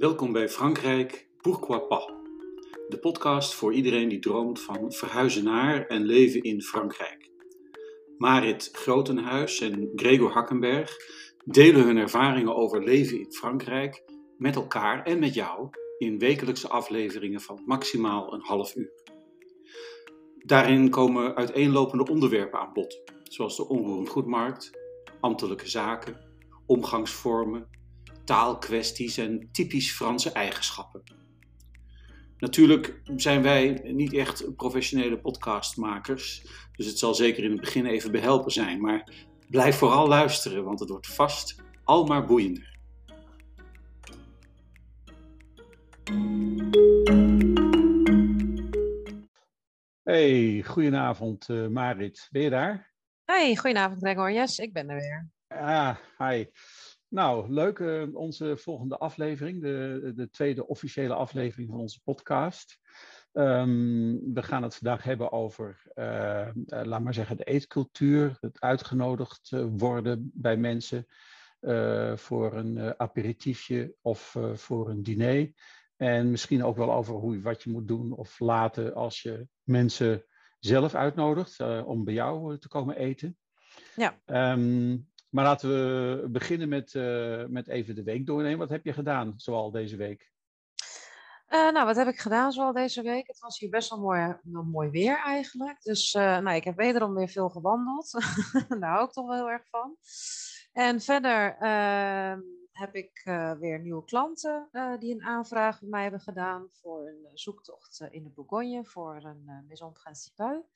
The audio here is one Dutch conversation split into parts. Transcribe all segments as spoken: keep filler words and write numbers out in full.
Welkom bij Frankrijk, Pourquoi pas? De podcast voor iedereen die droomt van verhuizen naar en leven in Frankrijk. Marit Grotenhuis en Gregor Hakkenberg delen hun ervaringen over leven in Frankrijk met elkaar en met jou in wekelijkse afleveringen van maximaal een half uur. Daarin komen uiteenlopende onderwerpen aan bod, zoals de onroerend goedmarkt, ambtelijke zaken, omgangsvormen, taalkwesties en typisch Franse eigenschappen. Natuurlijk zijn wij niet echt professionele podcastmakers, dus het zal zeker in het begin even behelpen zijn, maar blijf vooral luisteren, want het wordt vast al maar boeiender. Hey, goedenavond uh, Marit. Ben je daar? Hey, goedenavond Gregor. Yes, ik ben er weer. Ah, hi. Nou, leuk. Uh, onze volgende aflevering, de, de tweede officiële aflevering van onze podcast. Um, we gaan het vandaag hebben over, uh, uh, laat maar zeggen, de eetcultuur. Het uitgenodigd uh, worden bij mensen uh, voor een uh, aperitiefje of uh, voor een diner. En misschien ook wel over hoe, wat je moet doen of laten als je mensen zelf uitnodigt uh, om bij jou te komen eten. Ja. Um, maar laten we beginnen met, uh, met even de week doornemen. Wat heb je gedaan zoal deze week? Uh, nou, wat heb ik gedaan zoal deze week? Het was hier best wel mooi, wel mooi weer eigenlijk. Dus uh, nou, ik heb wederom weer veel gewandeld. Daar hou ik toch wel heel erg van. En verder uh, heb ik uh, weer nieuwe klanten uh, die een aanvraag bij mij hebben gedaan voor een zoektocht uh, in de Bourgogne voor een uh, maison principale.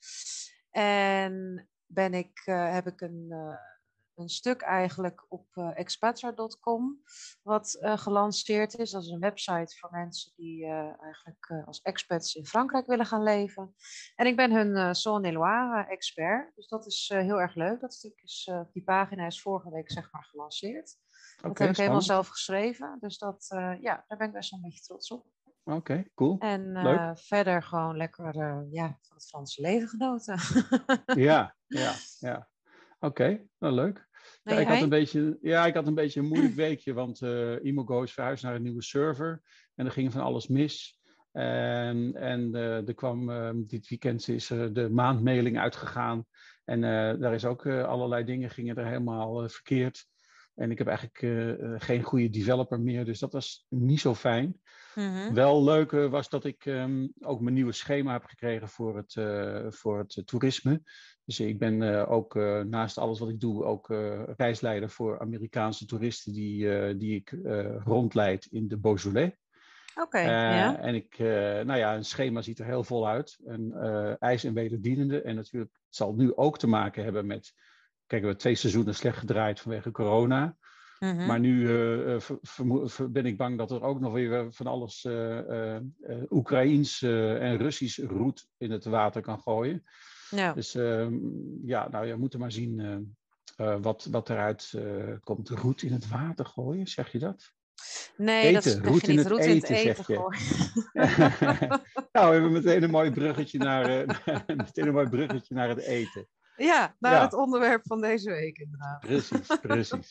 En ben ik, uh, heb ik een... Uh, een stuk eigenlijk op uh, expatra punt com wat uh, gelanceerd is. Dat is een website voor mensen die uh, eigenlijk uh, als expats in Frankrijk willen gaan leven. En ik ben hun uh, Saône-et-Loire expert. Dus dat is uh, heel erg leuk. Dat stuk is, uh, die pagina is vorige week zeg maar gelanceerd. Dat Okay, heb ik helemaal spannend. zelf geschreven. Dus dat, uh, ja, daar ben ik best wel een beetje trots op. Oké, okay, cool. En uh, leuk. verder gewoon lekker uh, ja, van het Franse leven genoten. ja, ja, ja. Oké, okay, nou leuk. Ja, ik, had een beetje, ja, ik had een beetje een moeilijk weekje, want uh, Imogo is verhuisd naar een nieuwe server en er ging van alles mis. En, en uh, er kwam, uh, dit weekend is uh, de maandmailing uitgegaan en uh, daar is ook uh, allerlei dingen gingen er helemaal uh, verkeerd. En ik heb eigenlijk uh, geen goede developer meer, dus dat was niet zo fijn. Mm-hmm. Wel leuk uh, was dat ik um, ook mijn nieuwe schema heb gekregen voor het, uh, voor het uh, toerisme. Dus ik ben uh, ook uh, naast alles wat ik doe ook uh, reisleider voor Amerikaanse toeristen die, uh, die ik uh, rondleid in de Beaujolais. Oké, okay, uh, ja. En ik, uh, nou ja, een schema ziet er heel vol uit. En uh, ijs en wederdienende. En natuurlijk het zal nu ook te maken hebben met... Kijk, we hebben twee seizoenen slecht gedraaid vanwege corona. Mm-hmm. Maar nu uh, ver, ver, ben ik bang dat er ook nog weer van alles uh, uh, uh, Oekraïens uh, en Russisch roet in het water kan gooien. Ja. Dus uh, ja, nou, je moet er maar zien uh, uh, wat, wat eruit uh, komt. Roet in het water gooien, zeg je dat? Nee, eten. dat zeg roet je in niet. het Roet eten, in het eten zeg je. gooien. Nou, we hebben meteen een mooi bruggetje naar, uh, meteen een mooi bruggetje naar het eten. Ja, naar ja. het onderwerp van deze week inderdaad. Precies, precies.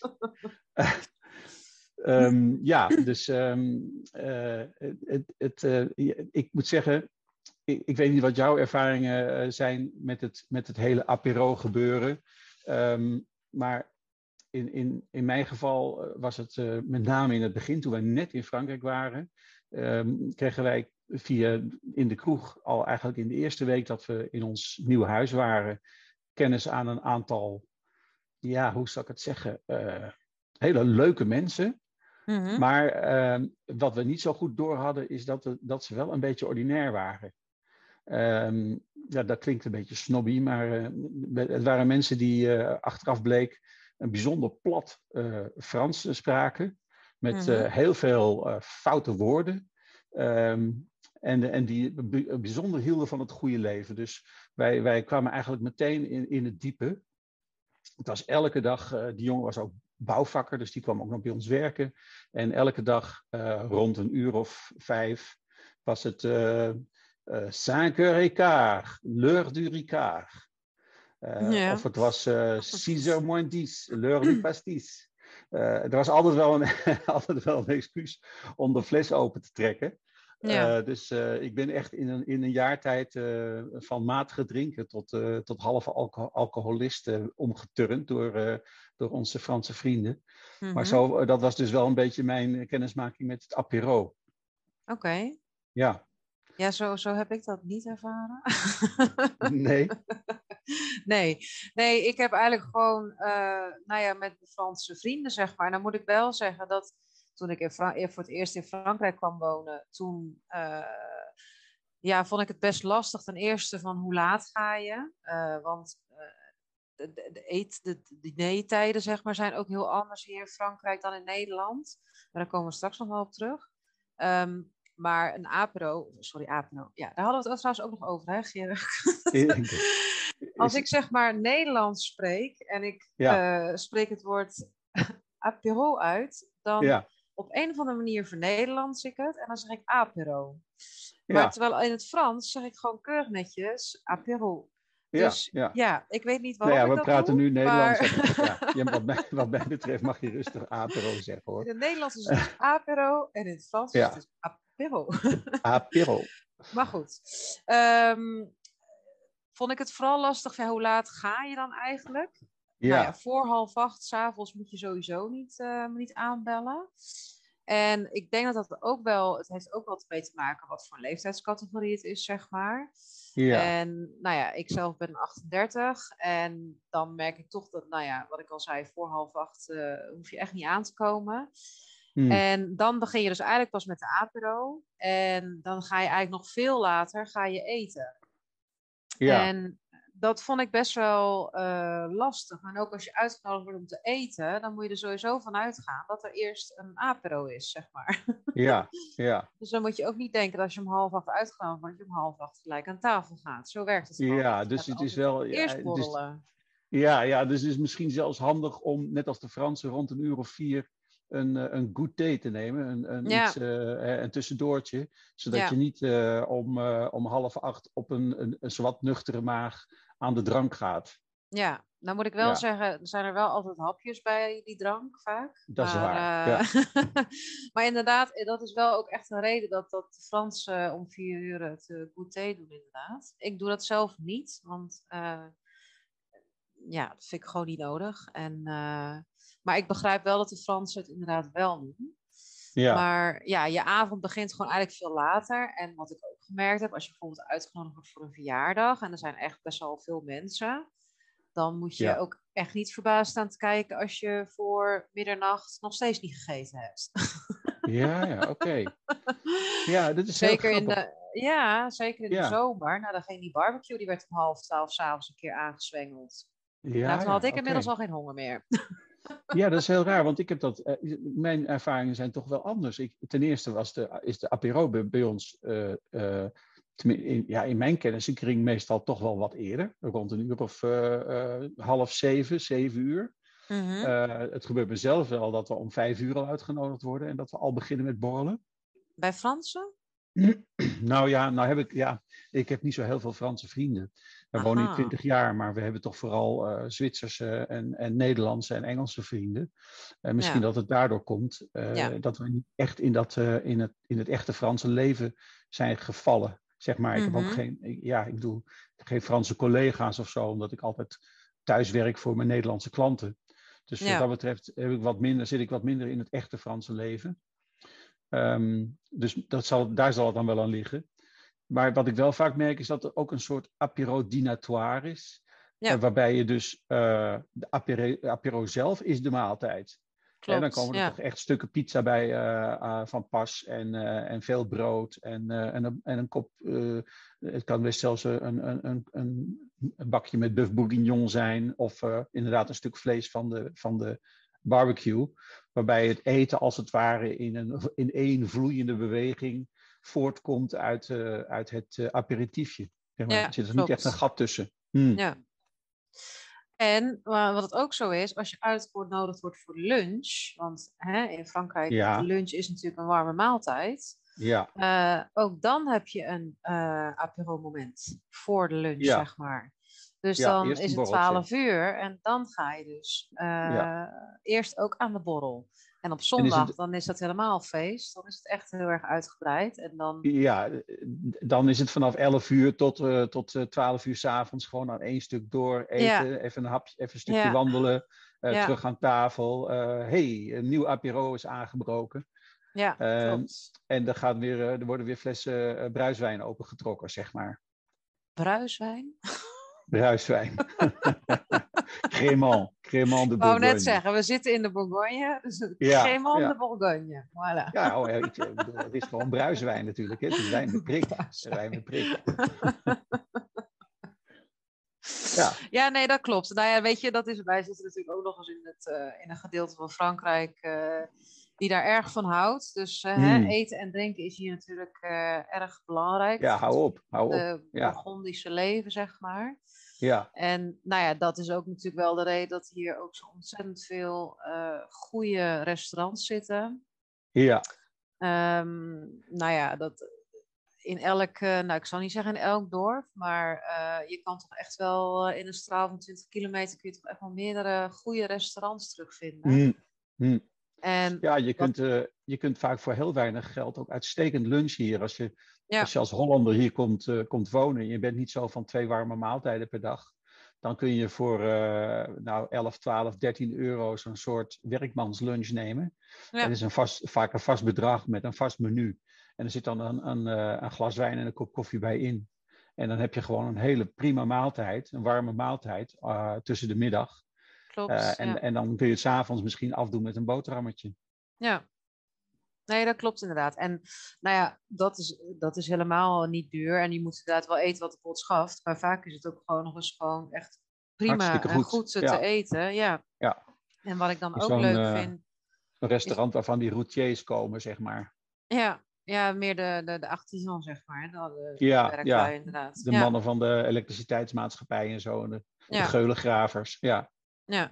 um, ja, dus um, uh, het, het, uh, ik moet zeggen, ik, ik weet niet wat jouw ervaringen uh, zijn met het, met het hele apéro gebeuren. Um, maar in, in, in mijn geval was het uh, met name in het begin, toen wij net in Frankrijk waren, um, kregen wij via in de kroeg al eigenlijk in de eerste week dat we in ons nieuwe huis waren, kennis aan een aantal, ja, hoe zou ik het zeggen, uh, hele leuke mensen. Mm-hmm. Maar uh, wat we niet zo goed door hadden, is dat, de, dat ze wel een beetje ordinair waren. Um, ja, dat klinkt een beetje snobby, maar uh, het waren mensen die uh, achteraf bleek een bijzonder plat uh, Frans spraken. Met mm-hmm. uh, heel veel uh, foute woorden. Um, en, en die bijzonder hielden van het goede leven. Dus wij, wij kwamen eigenlijk meteen in, in het diepe. Het was elke dag, uh, die jongen was ook bouwvakker, dus die kwam ook nog bij ons werken. En elke dag uh, rond een uur of vijf was het uh, uh, cinq heures et quart, l'heure du Ricard. Uh, ja. Of het was uh, six heures moins dix, l'heure du pastis. uh, er was altijd wel, een, altijd wel een excuus om de fles open te trekken. Ja. Uh, dus uh, ik ben echt in een, in een jaar tijd uh, van matige drinken tot, uh, tot halve alco- alcoholisten omgeturnd door, uh, door onze Franse vrienden. Mm-hmm. Maar zo, uh, dat was dus wel een beetje mijn kennismaking met het apéro. Oké. Okay. Ja. Ja, zo, zo heb ik dat niet ervaren. Nee. nee. Nee, ik heb eigenlijk gewoon, uh, nou ja, met de Franse vrienden, zeg maar. En dan moet ik wel zeggen dat toen ik in Fra- voor het eerst in Frankrijk kwam wonen, toen uh, ja, vond ik het best lastig. Ten eerste van hoe laat ga je? Uh, want uh, de, de, de, eet, de, de dinertijden, zeg maar, zijn ook heel anders hier in Frankrijk dan in Nederland. Maar daar komen we straks nog wel op terug. Um, Maar een apero, sorry, apero, ja, daar hadden we het trouwens ook nog over, hè, Gerard? Als ik zeg maar Nederlands spreek en ik ja. uh, spreek het woord apero uit, dan ja. op een of andere manier vernederlands ik het en dan zeg ik apero. Ja. Maar terwijl in het Frans zeg ik gewoon keurig netjes apero. Dus ja, ja. ja, ik weet niet waarom nou ja, ik we dat praten doe, nu Nederlands. Maar... Ja, wat, mij, wat mij betreft mag je rustig apero zeggen, hoor. In het Nederlands is het apero en in het Frans ja. is het dus apero. Apero. Maar goed. Um, vond ik het vooral lastig. Ja, hoe laat ga je dan eigenlijk? Ja. Nou ja, voor half acht 's avonds moet je sowieso niet, uh, niet aanbellen. En ik denk dat dat ook wel, het heeft ook wat mee te maken wat voor een leeftijdscategorie het is, zeg maar. Ja. En nou ja, ik zelf ben achtendertig en dan merk ik toch dat, nou ja, wat ik al zei, voor half acht uh, hoef je echt niet aan te komen. Hmm. En dan begin je dus eigenlijk pas met de apero en dan ga je eigenlijk nog veel later ga je eten. Ja. En dat vond ik best wel uh, lastig. En ook als je uitgenodigd wordt om te eten, dan moet je er sowieso van uitgaan dat er eerst een apero is, zeg maar. Ja, ja. Dus dan moet je ook niet denken dat als je om half acht uitgenodigd wordt, dat je om half acht gelijk aan tafel gaat. Zo werkt het gewoon. Ja, dus het is wel... Eerst borrelen. Dus, ja, ja, dus het is misschien zelfs handig om, net als de Fransen, rond een uur of vier een, een goûter te nemen, een, een, ja. iets, uh, een tussendoortje, zodat ja. je niet uh, om, uh, om half acht op een, een, een zwart nuchtere maag aan de drank gaat. Ja, nou moet ik wel ja. zeggen, er zijn er wel altijd hapjes bij die drank vaak. Dat maar, is waar, uh, ja. Maar inderdaad, dat is wel ook echt een reden dat, dat de Fransen uh, om vier uur het uh, goûter doen inderdaad. Ik doe dat zelf niet, want uh, ja, dat vind ik gewoon niet nodig. En, uh, maar ik begrijp wel dat de Fransen het inderdaad wel doen. Ja. Maar ja, je avond begint gewoon eigenlijk veel later. En wat ik ook gemerkt heb, als je bijvoorbeeld uitgenodigd wordt voor een verjaardag, en er zijn echt best wel veel mensen, dan moet je ja. ook echt niet verbaasd staan te kijken als je voor middernacht nog steeds niet gegeten hebt. Ja, ja, oké. Okay. Ja, dit is zeker heel in de, ja, zeker in ja. de zomer. Nou, dan ging die barbecue, die werd om half twaalf 's avonds een keer aangezwengeld. Ja, nou, toen had ja, ik inmiddels okay. al geen honger meer. Ja, dat is heel raar, want ik heb dat, uh, mijn ervaringen zijn toch wel anders. Ik, ten eerste was de, is de apéro bij, bij ons, uh, uh, in, ja, in mijn kennissenkring meestal toch wel wat eerder. Rond een uur of uh, uh, half zeven, zeven uur. Mm-hmm. Uh, het gebeurt mezelf wel dat we om vijf uur al uitgenodigd worden en dat we al beginnen met borrelen. Bij Fransen? Nou ja, nou heb ik, ja, ik heb niet zo heel veel Franse vrienden. We wonen hier twintig jaar, maar we hebben toch vooral uh, Zwitserse en, en Nederlandse en Engelse vrienden. Uh, misschien ja. dat het daardoor komt uh, ja. dat we niet echt in, dat, uh, in, het, in het echte Franse leven zijn gevallen. Zeg maar, mm-hmm. Ik heb ook geen, ik, ja, ik bedoel, geen Franse collega's of zo, omdat ik altijd thuis werk voor mijn Nederlandse klanten. Dus ja. wat dat betreft heb ik wat minder, zit ik wat minder in het echte Franse leven. Um, dus dat zal, daar zal het dan wel aan liggen. Maar wat ik wel vaak merk is dat er ook een soort apéro dînatoire is. Ja. Uh, waarbij je dus, uh, de apéro, apéro zelf is de maaltijd. En dan komen er ja. toch echt stukken pizza bij uh, uh, van pas en, uh, en veel brood en, uh, en, een, en een kop, uh, het kan best zelfs een, een, een, een bakje met bœuf bourguignon zijn. Of uh, inderdaad een stuk vlees van de, van de barbecue. Waarbij het eten als het ware in een in één vloeiende beweging voortkomt uit, uh, uit het uh, aperitiefje. Zeg maar. Ja, er zit er niet echt een gat tussen. Hmm. Ja. En wat het ook zo is, als je uitgenodigd wordt voor lunch, want hè, in Frankrijk, ja. de lunch is natuurlijk een warme maaltijd. Ja. Uh, ook dan heb je een uh, apéro moment voor de lunch, ja. zeg maar. Dus Ja, dan eerst is een het borreltje. twaalf uur en dan ga je dus Ja. uh, eerst ook aan de borrel. En op En is zondag, het, dan is dat helemaal feest. Dan is het echt heel erg uitgebreid. En dan... ja, dan is het vanaf elf uur tot, uh, tot uh, twaalf uur 's avonds gewoon aan één stuk door eten. Ja, Even een hapje, even een stukje ja, wandelen. Uh, ja, terug aan tafel. Uh, hey, een nieuw apéro is aangebroken. ja, Uh, klopt. en er, gaat weer, uh, er worden weer flessen uh, bruiswijn opengetrokken, zeg maar. Bruiswijn? Bruiswijn. Crémant. Crémant de Ik wou Bourgogne. net zeggen, we zitten in de Bourgogne. Dus het Ja, Crémant ja. de Bourgogne. Voilà. Ja, oh, ik, ik bedoel, het is gewoon bruiswijn natuurlijk. Hè? Het is wijn met prik. Wijn met prik. Ja. ja, nee, dat klopt. Nou ja, weet je, dat is, wij zitten natuurlijk ook nog eens in, het, uh, in een gedeelte van Frankrijk uh, die daar erg van houdt. Dus uh, mm. hè, eten en drinken is hier natuurlijk uh, erg belangrijk. Ja, hou op, hou op. Het uh, ja. Bourgondische leven, zeg maar. Ja. En nou ja, dat is ook natuurlijk wel de reden dat hier ook zo ontzettend veel uh, goede restaurants zitten. Ja. Um, nou ja, dat... In elk, nou ik zal niet zeggen in elk dorp, maar uh, je kan toch echt wel uh, in een straal van twintig kilometer kun je toch echt wel meerdere goede restaurants terugvinden. Mm. Mm. En ja, je wat... kunt, uh, je kunt vaak voor heel weinig geld ook uitstekend lunchen hier. Als je, ja. als, je als Hollander hier komt, uh, komt wonen en je bent niet zo van twee warme maaltijden per dag, dan kun je voor uh, nou, elf, twaalf, dertien euro zo'n soort werkmanslunch nemen. Ja. Dat is een vast, vaak een vast bedrag met een vast menu. En er zit dan een, een, een glas wijn en een kop koffie bij in. En dan heb je gewoon een hele prima maaltijd, een warme maaltijd uh, tussen de middag. Klopt, uh, en, ja. en dan kun je het 's avonds misschien afdoen met een boterhammetje. Ja, nee, dat klopt inderdaad. En nou ja, dat is, dat is helemaal niet duur. En je moet inderdaad wel eten wat de pot schaft. Maar vaak is het ook gewoon nog eens gewoon echt prima Hartstikke en goed, goed te ja. eten. Ja. ja. En wat ik dan is ook zo'n, leuk uh, vind... Een restaurant is... waarvan die routiers komen, zeg maar. Ja, ja meer de, de, de artisan, zeg maar. De, de ja, werklui, ja, inderdaad. de ja. mannen van de elektriciteitsmaatschappij en zo. En de, ja. de geulengravers, ja. Ja.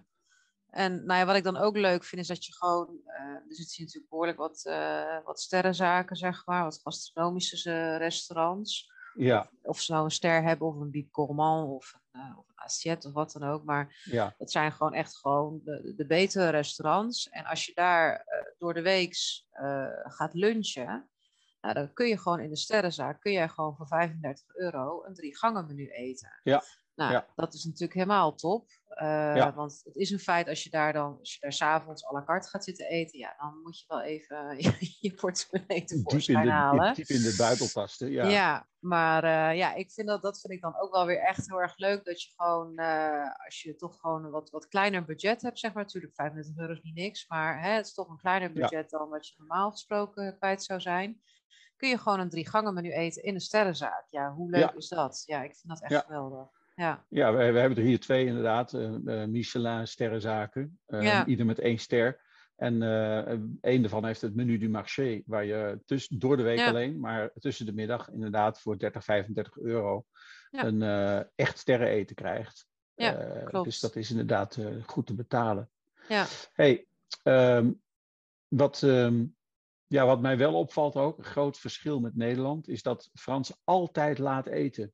En nou ja, wat ik dan ook leuk vind, is dat je gewoon... Uh, er zitten hier natuurlijk behoorlijk wat, uh, wat sterrenzaken, zeg maar. Wat gastronomische uh, restaurants. Ja. Of, of ze nou een ster hebben, of een Bic Gourmand, of een, uh, of een assiette, of wat dan ook. Maar ja. het zijn gewoon echt gewoon de, de betere restaurants. En als je daar uh, door de week uh, gaat lunchen... Nou, dan kun je gewoon in de sterrenzaak... kun je gewoon voor vijfendertig euro een drie gangen menu eten. Ja. Nou, ja. dat is natuurlijk helemaal top. Uh, ja. Want het is een feit, als je daar dan, als je daar 's avonds à la carte gaat zitten eten, ja, dan moet je wel even je, je portemonnee tevoorschijn halen. Diep in de buiteltasten, ja. Ja, maar uh, ja, ik vind dat, dat vind ik dan ook wel weer echt heel erg leuk, dat je gewoon, uh, als je toch gewoon een wat, wat kleiner budget hebt, zeg maar, natuurlijk vijfendertig euro is niet niks, maar hè, het is toch een kleiner budget ja. dan wat je normaal gesproken kwijt zou zijn. Kun je gewoon een drie gangen menu eten in een sterrenzaak. Ja, hoe leuk ja. is dat? Ja, ik vind dat echt ja. geweldig. Ja, ja we, we hebben er hier twee inderdaad. Uh, uh, Michelin sterrenzaken. Uh, ja. Ieder met één ster. En uh, een daarvan heeft het menu du marché. Waar je tuss- door de week ja. alleen, maar tussen de middag inderdaad voor dertig, vijfendertig euro ja. een uh, echt sterreneten krijgt. Ja, uh, klopt. Dus dat is inderdaad uh, goed te betalen. Ja. Hey, um, wat... Um, Ja, wat mij wel opvalt ook, een groot verschil met Nederland, is dat Frans altijd laat eten.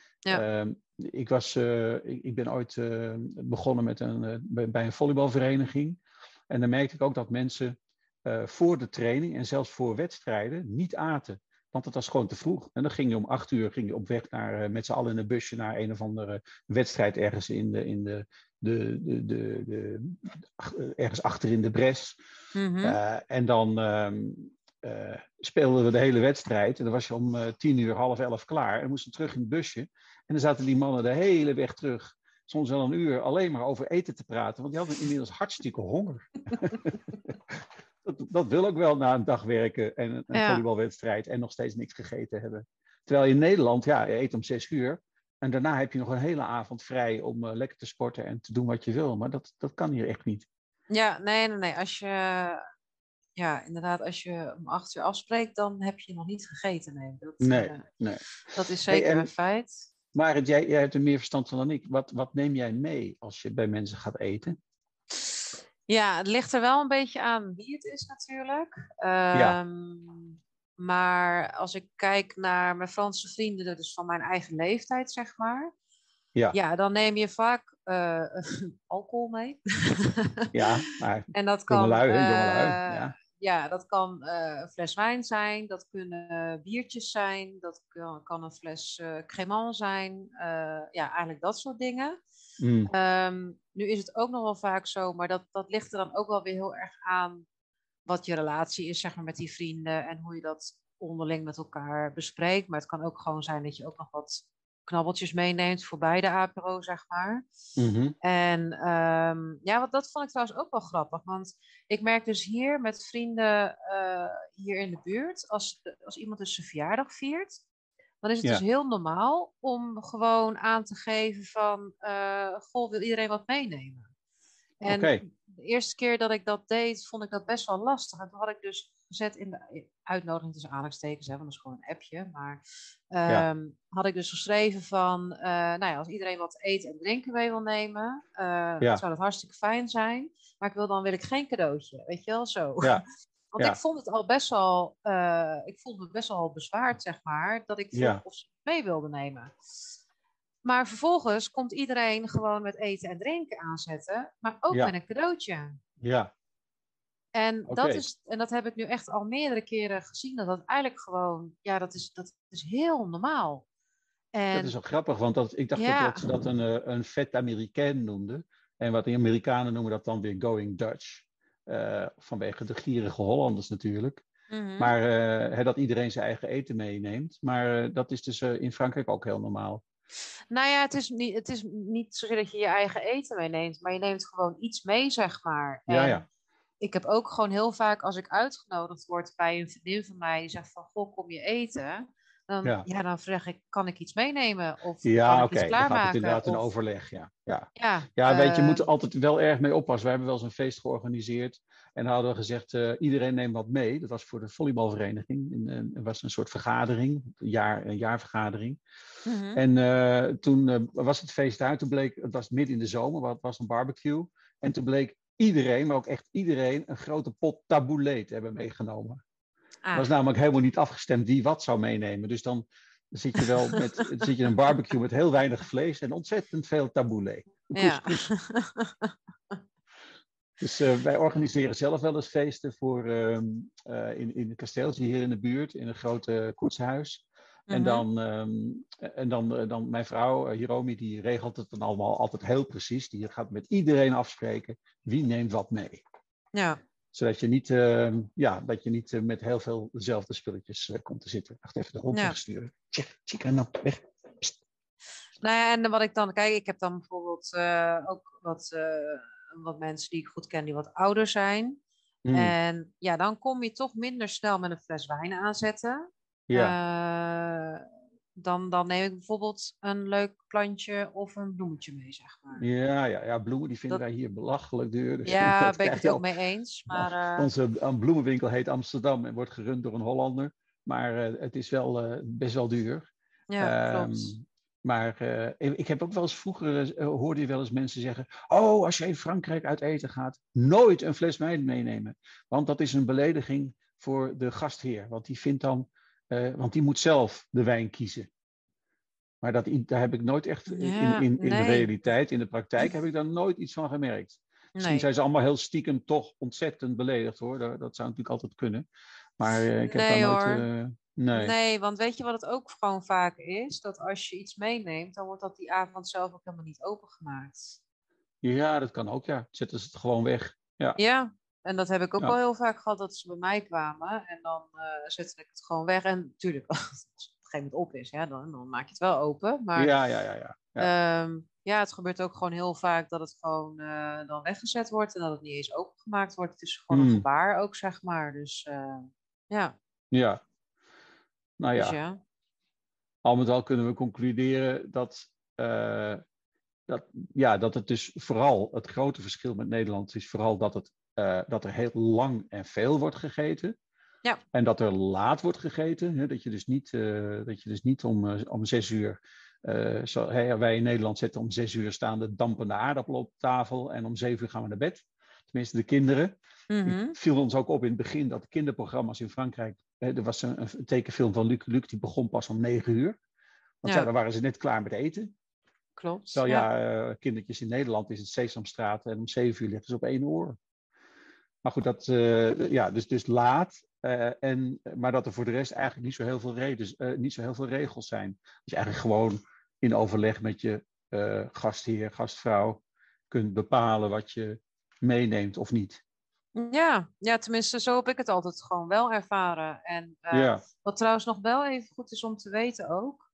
Ja. Uh, ik, was, uh, ik, ik ben ooit uh, begonnen met een, uh, bij, bij een volleybalvereniging. En dan merkte ik ook dat mensen uh, voor de training en zelfs voor wedstrijden niet aten. Want het was gewoon te vroeg. En dan ging je om acht uur ging je op weg naar, uh, met z'n allen in een busje naar een of andere wedstrijd ergens in de, in de, de, de, de, de, de ergens achter in de bres. Mm-hmm. Uh, en dan um, uh, speelden we de hele wedstrijd. En dan was je om uh, tien uur, half elf klaar. En moesten terug in het busje. En dan zaten die mannen de hele weg terug, soms wel een uur, alleen maar over eten te praten. Want die hadden inmiddels hartstikke honger. dat, dat wil ook wel na een dag werken en een ja. volleybalwedstrijd en nog steeds niks gegeten hebben. Terwijl in Nederland, ja, je eet om zes uur. En daarna heb je nog een hele avond vrij om uh, lekker te sporten en te doen wat je wil. Maar dat, dat kan hier echt niet. Ja, nee, nee, nee. Als je, ja, inderdaad, als je om acht uur afspreekt, dan heb je nog niet gegeten. Nee, dat, nee, uh, nee. dat is zeker hey, en, een feit. Marit, jij, jij hebt er meer verstand van dan ik. Wat, wat neem jij mee als je bij mensen gaat eten? Ja, het ligt er wel een beetje aan wie het is natuurlijk. Um, ja. Maar als ik kijk naar mijn Franse vrienden, dus van mijn eigen leeftijd, zeg maar. Ja, Ja, dan neem je vaak uh, alcohol mee. ja, maar En dat kan, jongelui, hè, jongelui. uh, Ja. ja, dat kan uh, een fles wijn zijn, dat kunnen biertjes zijn, dat kan, kan een fles uh, crémant zijn. Uh, ja, eigenlijk dat soort dingen. Mm. Um, nu is het ook nog wel vaak zo, maar dat, dat ligt er dan ook wel weer heel erg aan wat je relatie is, zeg maar, met die vrienden en hoe je dat onderling met elkaar bespreekt. Maar het kan ook gewoon zijn dat je ook nog wat knabbeltjes meeneemt voor beide apero, zeg maar. Mm-hmm. En um, ja, wat, dat vond ik trouwens ook wel grappig. Want ik merk dus hier met vrienden uh, hier in de buurt, als, als iemand dus zijn verjaardag viert, dan is het Ja. dus heel normaal om gewoon aan te geven van, uh, goh, wil iedereen wat meenemen? En okay. de eerste keer dat ik dat deed, vond ik dat best wel lastig. En toen had ik dus gezet in de uitnodiging tussen aanhalingstekens, hè, want dat is gewoon een appje. Maar um, Ja. had ik dus geschreven van, uh, nou ja, als iedereen wat eten en drinken mee wil nemen, uh, Ja. zou dat hartstikke fijn zijn. Maar ik wil dan wil ik geen cadeautje, weet je wel, zo. Ja. Want Ja. ik vond het al best wel, uh, ik voelde me best wel bezwaard, zeg maar, dat ik vroeg Ja. of ze het mee wilden nemen. Maar vervolgens komt iedereen gewoon met eten en drinken aanzetten, maar ook Ja. met een cadeautje. Ja. En, Okay. dat is, en dat heb ik nu echt al meerdere keren gezien, dat dat eigenlijk gewoon, ja, dat is, dat is heel normaal. En, dat is wel grappig, want dat, ik dacht ja. dat ze dat een, een vet Amerikaan noemden. En wat de Amerikanen noemen dat dan weer going Dutch. Uh, vanwege de gierige Hollanders natuurlijk. Mm-hmm. Maar uh, he, dat iedereen zijn eigen eten meeneemt. Maar uh, dat is dus uh, in Frankrijk ook heel normaal. Nou ja, het is, niet, het is niet zozeer dat je je eigen eten meeneemt, maar je neemt gewoon iets mee, zeg maar. Ja, en ja. Ik heb ook gewoon heel vaak, als ik uitgenodigd word bij een vriendin van mij, die zegt van, goh, kom je eten? Dan, ja. ja, dan vraag ik, kan ik iets meenemen? Of ja, kan ik okay. iets klaarmaken? Dan gaat het inderdaad of... een overleg, ja. Ja, ja, ja weet je, je uh... moet er altijd wel erg mee oppassen. We hebben wel eens een feest georganiseerd. En dan hadden we gezegd, uh, iedereen neemt wat mee. Dat was voor de volleybalvereniging. Het was een soort vergadering, een, jaar, een jaarvergadering. Mm-hmm. En uh, toen uh, was het feest uit. Toen bleek, het was midden in de zomer, het was een barbecue. En toen bleek iedereen, maar ook echt iedereen, een grote pot tabbouleh te hebben meegenomen. Het ah. was namelijk helemaal niet afgestemd wie wat zou meenemen. Dus dan zit je wel met zit je een barbecue met heel weinig vlees en ontzettend veel tabbouleh. Ja. Dus uh, wij organiseren zelf wel eens feesten voor, uh, uh, in, in een kasteeltje hier in de buurt, in een grote koetshuis. Mm-hmm. En dan, um, en dan, uh, dan mijn vrouw, uh, Hiromi, die regelt het dan allemaal altijd heel precies. Die gaat met iedereen afspreken wie neemt wat mee. Ja. Zodat je niet, uh, ja, dat je niet uh, met heel veel dezelfde spulletjes uh, komt te zitten. Wacht even de hond ja. wegsturen. Chica, nou, weg. Psst. Nou ja, en wat ik dan, kijk, ik heb dan bijvoorbeeld uh, ook wat, uh, wat mensen die ik goed ken, die wat ouder zijn. Mm. En ja, dan kom je toch minder snel met een fles wijn aanzetten. Ja. Uh, dan, dan neem ik bijvoorbeeld een leuk plantje of een bloemetje mee, zeg maar. Ja, ja, ja, bloemen die vinden dat... wij hier belachelijk duur. Dus ja, daar ben ik het ook al... mee eens. Maar, uh... Onze een bloemenwinkel heet Amsterdam en wordt gerund door een Hollander. Maar uh, het is wel uh, best wel duur. Ja, um, klopt. Maar uh, ik heb ook wel eens vroeger, uh, hoorde je wel eens mensen zeggen... Oh, als je in Frankrijk uit eten gaat, nooit een fles wijn meenemen. Want dat is een belediging voor de gastheer. Want die vindt dan, uh, want die moet zelf de wijn kiezen. Maar dat, daar heb ik nooit echt, ja, in, in, in nee. de realiteit, in de praktijk, heb ik daar nooit iets van gemerkt. Misschien nee. zijn ze allemaal heel stiekem toch ontzettend beledigd hoor. Dat, dat zou natuurlijk altijd kunnen. Maar uh, ik heb nee, daar nooit... hoor. Uh, nee. nee, want weet je wat het ook gewoon vaak is? Dat als je iets meeneemt, dan wordt dat die avond zelf ook helemaal niet opengemaakt. Ja, dat kan ook, ja. Zetten ze het gewoon weg. Ja, ja en dat heb ik ook ja. wel heel vaak gehad, dat ze bij mij kwamen. En dan uh, zette ik het gewoon weg. En natuurlijk, als het op een gegeven moment op is, ja, dan, dan maak je het wel open. Maar ja, ja, ja, ja. Ja. Um, ja, het gebeurt ook gewoon heel vaak dat het gewoon uh, dan weggezet wordt. En dat het niet eens opengemaakt wordt. Het is gewoon Hmm. een gebaar ook, zeg maar. Dus uh, ja. Ja. Nou ja. Dus ja. Al met al kunnen we concluderen dat, uh, dat, ja, dat het dus vooral, het grote verschil met Nederland is vooral dat, het, uh, dat er heel lang en veel wordt gegeten. Ja. En dat er laat wordt gegeten. Hè, dat je dus niet, uh, dat je dus niet om, uh, om zes uur, uh, zo, hey, wij in Nederland zetten om zes uur staan de dampende aardappelen op tafel en om zeven uur gaan we naar bed. Tenminste de kinderen. Mm-hmm. Het viel ons ook op in het begin dat de kinderprogramma's in Frankrijk, hè, er was een, een tekenfilm van Luc, Luc die begon pas om negen uur. Want ja. ja, dan waren ze net klaar met eten. klopt. Terwijl Ja. ja, uh, kindertjes in Nederland is het Sesamstraat en om zeven uur ligt ze op één oor. Maar goed, dat, uh, ja, dus, dus laat. Uh, en, maar dat er voor de rest eigenlijk niet zo heel veel, redens, uh, niet zo heel veel regels zijn. Dat je eigenlijk gewoon in overleg met je uh, gastheer, gastvrouw kunt bepalen wat je meeneemt of niet. Ja, ja, tenminste, zo heb ik het altijd gewoon wel ervaren. En uh, Ja. wat trouwens nog wel even goed is om te weten ook,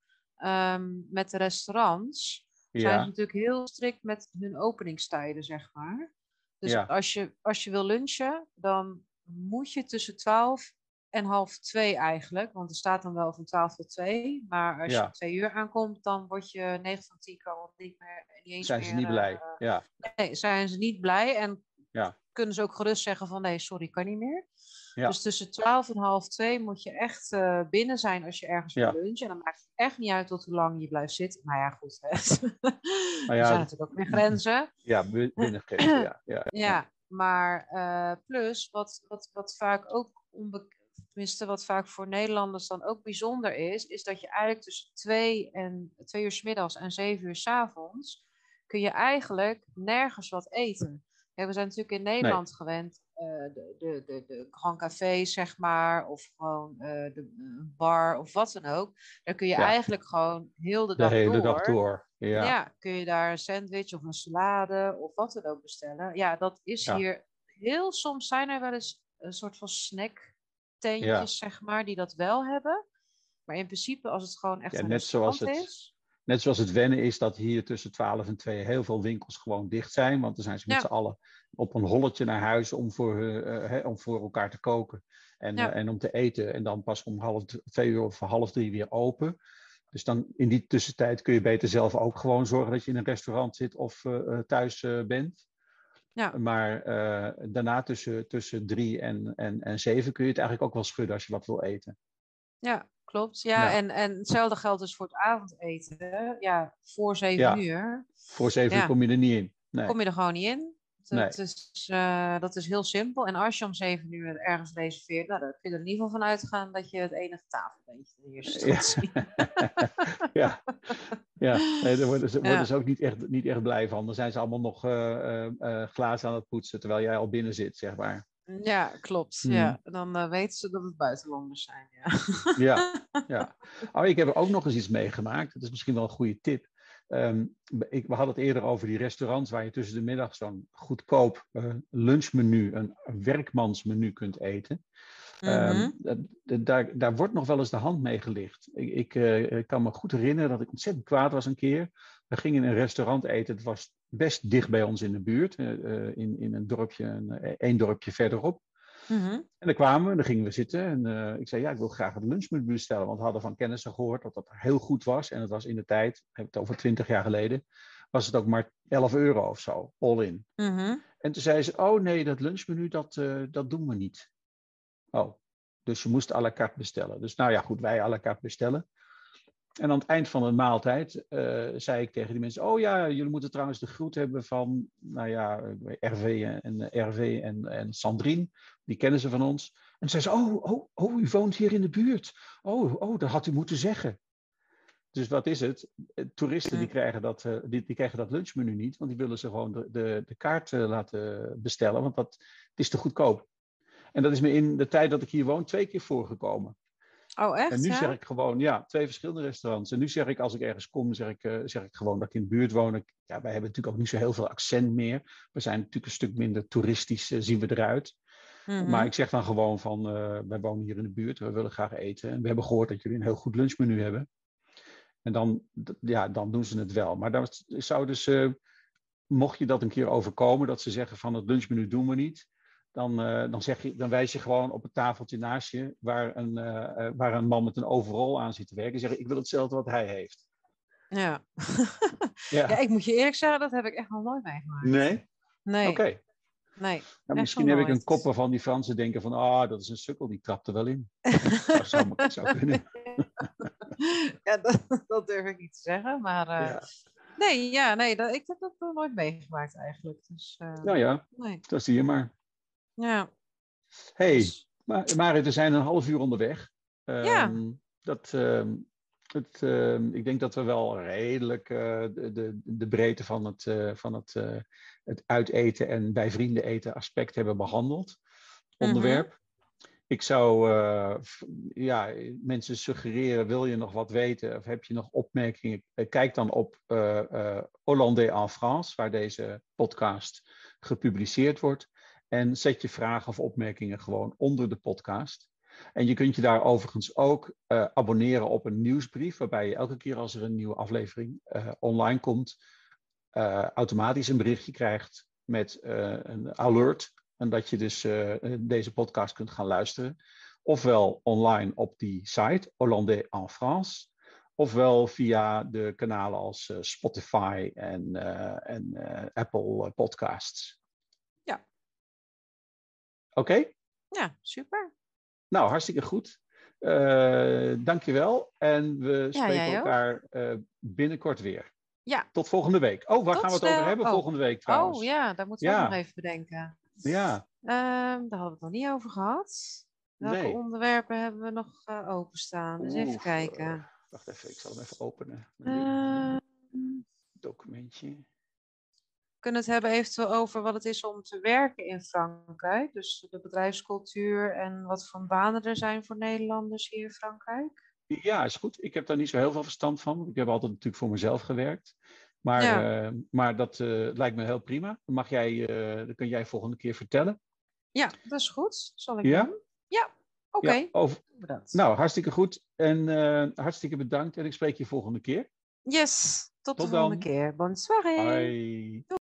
um, met de restaurants zijn Ja. ze natuurlijk heel strikt met hun openingstijden, zeg maar. Dus Ja. als je, als je wil lunchen, dan moet je tussen twaalf en half twee eigenlijk, want er staat dan wel van twaalf tot twee, maar als Ja. je twee uur aankomt, dan word je negen van tien keer niet meer, niet eens zijn ze meer, niet blij. Uh, ja. Nee, zijn ze niet blij en ja. kunnen ze ook gerust zeggen van nee, sorry, kan niet meer. Ja. Dus tussen twaalf en half twee moet je echt uh, binnen zijn als je ergens ja. wil lunchen. En dan maakt het echt niet uit tot hoe lang je blijft zitten. Nou ja, goed. Hè. Maar ja, er zijn natuurlijk ook weer grenzen. Ja, binnen grenzen, ja. Ja, ja, ja. Maar uh, plus, wat, wat, wat vaak ook onbekend, tenminste wat vaak voor Nederlanders dan ook bijzonder is, is dat je eigenlijk tussen twee, en, twee uur 's middags en zeven uur 's avonds kun je eigenlijk nergens wat eten. Ja, we zijn natuurlijk in Nederland nee. gewend, uh, de, de, de, de Grand Café, zeg maar, of gewoon uh, de uh, bar of wat dan ook. Daar kun je ja. eigenlijk gewoon heel de, de dag hele door. dag door. Ja. ja, kun je daar een sandwich of een salade of wat dan ook bestellen. Ja, dat is ja. hier heel soms zijn er wel eens een soort van snacktentjes, ja. zeg maar, die dat wel hebben. Maar in principe, als het gewoon echt ja, een net restaurant zoals het... is. Net zoals het wennen is dat hier tussen twaalf en twee heel veel winkels gewoon dicht zijn. Want dan zijn ze met ja. z'n allen op een holletje naar huis om voor, uh, he, om voor elkaar te koken. En, ja. uh, en om te eten. En dan pas om half twee uur of half drie weer open. Dus dan in die tussentijd kun je beter zelf ook gewoon zorgen dat je in een restaurant zit of uh, thuis uh, bent. Ja. Maar uh, daarna tussen, tussen drie en, en, en zeven kun je het eigenlijk ook wel schudden als je wat wil eten. Ja. Klopt, ja, ja. En, en hetzelfde geldt dus voor het avondeten. Ja, voor zeven ja. uur. Voor zeven ja. uur kom je er niet in. Nee. Kom je er gewoon niet in. Dat, nee. is, uh, dat is heel simpel. En als je om zeven uur ergens reserveert, nou, dan kun je er in ieder geval van uitgaan dat je het enige tafelbeentje in eerste instantie. Ja, ja. Nee, daar worden ze, worden ja. ze ook niet echt, niet echt blij van. Dan zijn ze allemaal nog uh, uh, glazen aan het poetsen, terwijl jij al binnen zit, zeg maar. Ja, klopt. Hmm. Ja. Dan uh, weten ze dat het buitenlanders zijn. Ja, ja, ja. Oh, ik heb er ook nog eens iets meegemaakt. Dat is misschien wel een goede tip. Um, ik, we hadden het eerder over die restaurants waar je tussen de middag zo'n goedkoop uh, lunchmenu, een werkmansmenu kunt eten. Mm-hmm. Um, d- daar, daar wordt nog wel eens de hand mee gelicht. Ik, ik, uh, ik kan me goed herinneren dat ik ontzettend kwaad was een keer. We gingen in een restaurant eten. Het was best dicht bij ons in de buurt. Uh, in, in een dorpje, een, een dorpje verderop. Mm-hmm. En dan kwamen we, dan gingen we zitten. En uh, ik zei, ja, ik wil graag het lunchmenu bestellen. Want we hadden van kennissen gehoord dat dat heel goed was. En het was in de tijd, ik heb het over twintig jaar geleden, was het ook maar elf euro of zo, all in. Mm-hmm. En toen zei ze, oh nee, dat lunchmenu, dat, uh, dat doen we niet. Oh, dus je moest à la carte bestellen. Dus nou ja, goed, wij à la carte bestellen. En aan het eind van de maaltijd uh, zei ik tegen die mensen, oh ja, jullie moeten trouwens de groet hebben van, nou ja, R V en, R V en, en Sandrine. Die kennen ze van ons. En toen zei ze, oh, oh, oh, u woont hier in de buurt. Oh, oh, dat had u moeten zeggen. Dus wat is het? Toeristen die krijgen dat, uh, die, die krijgen dat lunchmenu niet, want die willen ze gewoon de, de, de kaart uh, laten bestellen, want dat, het is te goedkoop. En dat is me in de tijd dat ik hier woon twee keer voorgekomen. Oh, echt? En nu ja? zeg ik gewoon, ja, twee verschillende restaurants. En nu zeg ik, als ik ergens kom, zeg ik, uh, zeg ik gewoon dat ik in de buurt woon. Ik, ja, wij hebben natuurlijk ook niet zo heel veel accent meer. We zijn natuurlijk een stuk minder toeristisch, uh, zien we eruit. Mm-hmm. Maar ik zeg dan gewoon van, uh, wij wonen hier in de buurt, we willen graag eten. En we hebben gehoord dat jullie een heel goed lunchmenu hebben. En dan, ja, dan doen ze het wel. Maar dan zou dus, uh, mocht je dat een keer overkomen, dat ze zeggen van het lunchmenu doen we niet. Dan, uh, dan, zeg je, dan wijs je gewoon op het tafeltje naast je, waar een, uh, waar een man met een overall aan zit te werken. En zeg ik wil hetzelfde wat hij heeft. Ja. ja. ja, ik moet je eerlijk zeggen, dat heb ik echt nog nooit meegemaakt. Nee? Nee. Oké. Okay. Nee. Nou, misschien heb ik een kop waarvan die Fransen denken van, ah, oh, dat is een sukkel, die trapt er wel in. dat zou, zou kunnen. ja, dat, dat durf ik niet te zeggen, maar... Uh, ja. Nee, ja, nee, dat, ik heb dat nog nooit meegemaakt eigenlijk. Dus, uh, nou ja, nee. dat zie je maar. Ja. Hey, dus... maar, maar we zijn een half uur onderweg. Um, ja. Dat, um, Het, uh, ik denk dat we wel redelijk uh, de, de, de breedte van het, uh, van het, uh, het uiteten en bij vrienden eten aspect hebben behandeld. Onderwerp. Mm-hmm. Ik zou uh, ja, mensen suggereren, wil je nog wat weten of heb je nog opmerkingen? Kijk dan op uh, uh, Hollandais en France, waar deze podcast gepubliceerd wordt. En zet je vragen of opmerkingen gewoon onder de podcast. En je kunt je daar overigens ook uh, abonneren op een nieuwsbrief, waarbij je elke keer als er een nieuwe aflevering uh, online komt, uh, automatisch een berichtje krijgt met uh, een alert. En dat je dus uh, deze podcast kunt gaan luisteren. Ofwel online op die site, Hollandais en France. Ofwel via de kanalen als uh, Spotify en, uh, en uh, Apple Podcasts. Ja. Oké? Okay? Ja, super. Nou, hartstikke goed. Uh, dankjewel. En we ja, spreken elkaar uh, binnenkort weer. Ja. Tot volgende week. Oh, waar Tot gaan we het snel. over hebben oh. volgende week trouwens? Oh ja, daar moeten we ja. ook nog even bedenken. Ja. Um, daar hadden we het nog niet over gehad. Welke nee. onderwerpen hebben we nog uh, openstaan? Dus even kijken. Uh, wacht even, ik zal hem even openen. Uh, Documentje. We kunnen het hebben eventueel over wat het is om te werken in Frankrijk. Dus de bedrijfscultuur en wat voor banen er zijn voor Nederlanders hier in Frankrijk. Ja, is goed. Ik heb daar niet zo heel veel verstand van. Ik heb altijd natuurlijk voor mezelf gewerkt. Maar, ja. uh, maar dat uh, lijkt me heel prima. Mag jij, uh, dat kun jij volgende keer vertellen. Ja, dat is goed. Zal ik ja? doen. Ja, oké. Okay. Ja, over... Nou, hartstikke goed. En uh, hartstikke bedankt. En ik spreek je volgende keer. Yes, tot, tot de dan. volgende keer. Bonne soirée. Bye.